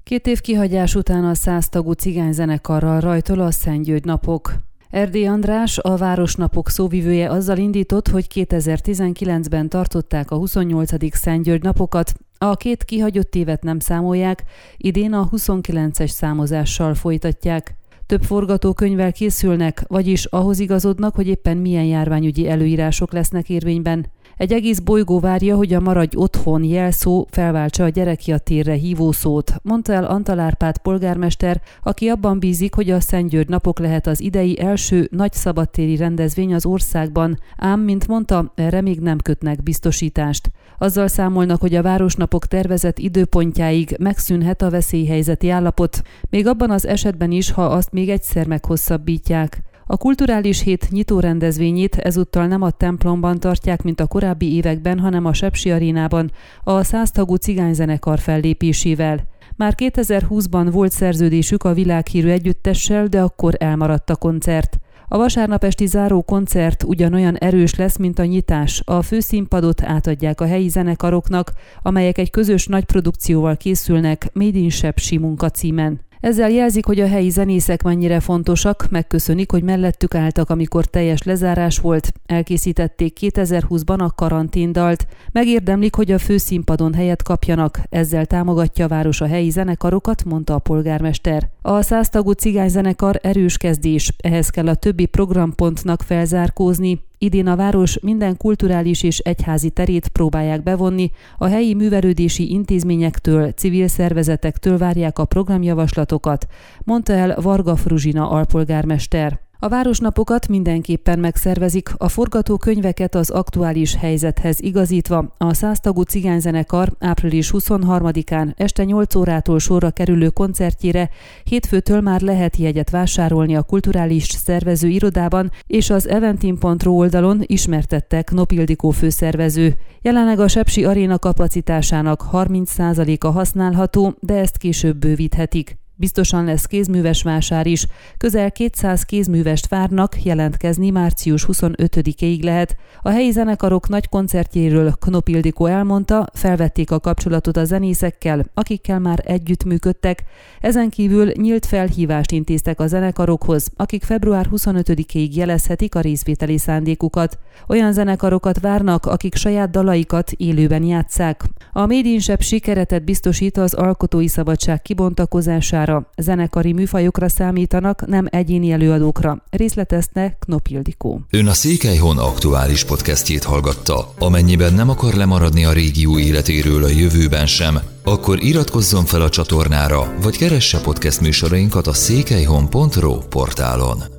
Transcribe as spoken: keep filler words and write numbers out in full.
Két év kihagyás után a száz tagú cigányzenekarral rajtol a Szentgyörgy napok. Erdély András, a Városnapok szóvivője azzal indított, hogy kétezer-tizenkilencben tartották a huszonnyolcadik Szentgyörgy napokat, a két kihagyott évet nem számolják, idén a huszonkilences számozással folytatják. Több forgatókönyvvel készülnek, vagyis ahhoz igazodnak, hogy éppen milyen járványügyi előírások lesznek érvényben. Egy egész bolygó várja, hogy a Maradj otthon jelszó felváltsa a gyereki a térre hívó szót, mondta el Antall Árpád polgármester, aki abban bízik, hogy a Szentgyörgy napok lehet az idei első nagy szabadtéri rendezvény az országban, ám, mint mondta, erre még nem kötnek biztosítást. Azzal számolnak, hogy a Városnapok tervezett időpontjáig megszűnhet a veszélyhelyzeti állapot, még abban az esetben is, ha azt még egyszer meghosszabbítják. A kulturális hét nyitó rendezvényét ezúttal nem a templomban tartják, mint a korábbi években, hanem a Sepsi Arénában, a száz tagú cigányzenekar fellépésével. Már kétezer-húszban volt szerződésük a világhírű együttessel, de akkor elmaradt a koncert. A vasárnap esti záró koncert ugyanolyan erős lesz, mint a nyitás. A főszínpadot átadják a helyi zenekaroknak, amelyek egy közös nagy produkcióval készülnek, Made in Sepsi munkacímen. Ezzel jelzik, hogy a helyi zenészek mennyire fontosak, megköszönik, hogy mellettük álltak, amikor teljes lezárás volt, elkészítették kétezer-húszban a karanténdalt, megérdemlik, hogy a főszínpadon helyet kapjanak, ezzel támogatja a város a helyi zenekarokat, mondta a polgármester. A száz tagú cigányzenekar erős kezdés, ehhez kell a többi programpontnak felzárkózni. Idén a város minden kulturális és egyházi terét próbálják bevonni, a helyi művelődési intézményektől, civil szervezetektől várják a programjavaslatokat, mondta el Varga Fruzsina alpolgármester. A Városnapokat mindenképpen megszervezik, a forgatókönyveket az aktuális helyzethez igazítva. A száz tagú cigányzenekar április huszonharmadikán este nyolc órától sorra kerülő koncertjére hétfőtől már lehet jegyet vásárolni a kulturális szervező irodában, és az eventim pont ro oldalon, ismertette Knop Ildikó főszervező. Jelenleg a Sepsi Aréna kapacitásának harminc százaléka használható, de ezt később bővíthetik. Biztosan lesz kézműves vásár is. Közel kétszáz kézművest várnak, jelentkezni március huszonötödikéig lehet. A helyi zenekarok nagy koncertjéről Knop Ildikó elmondta, felvették a kapcsolatot a zenészekkel, akikkel már együttműködtek. Ezen kívül nyílt felhívást intéztek a zenekarokhoz, akik február huszonötödikéig jelezhetik a részvételi szándékukat. Olyan zenekarokat várnak, akik saját dalaikat élőben játsszák. A Made in Sepsi keretet biztosít az alkotói szabadság kibontakozására. Zenekari műfajokra számítanak, nem egyéni előadókra, részletezte Knop Ildikó. Ön a Székelyhon aktuális podcastjét hallgatta. Amennyiben nem akar lemaradni a régió életéről a jövőben sem, akkor iratkozzon fel a csatornára, vagy keresse podcast műsorainkat a székelyhon pont ro portálon.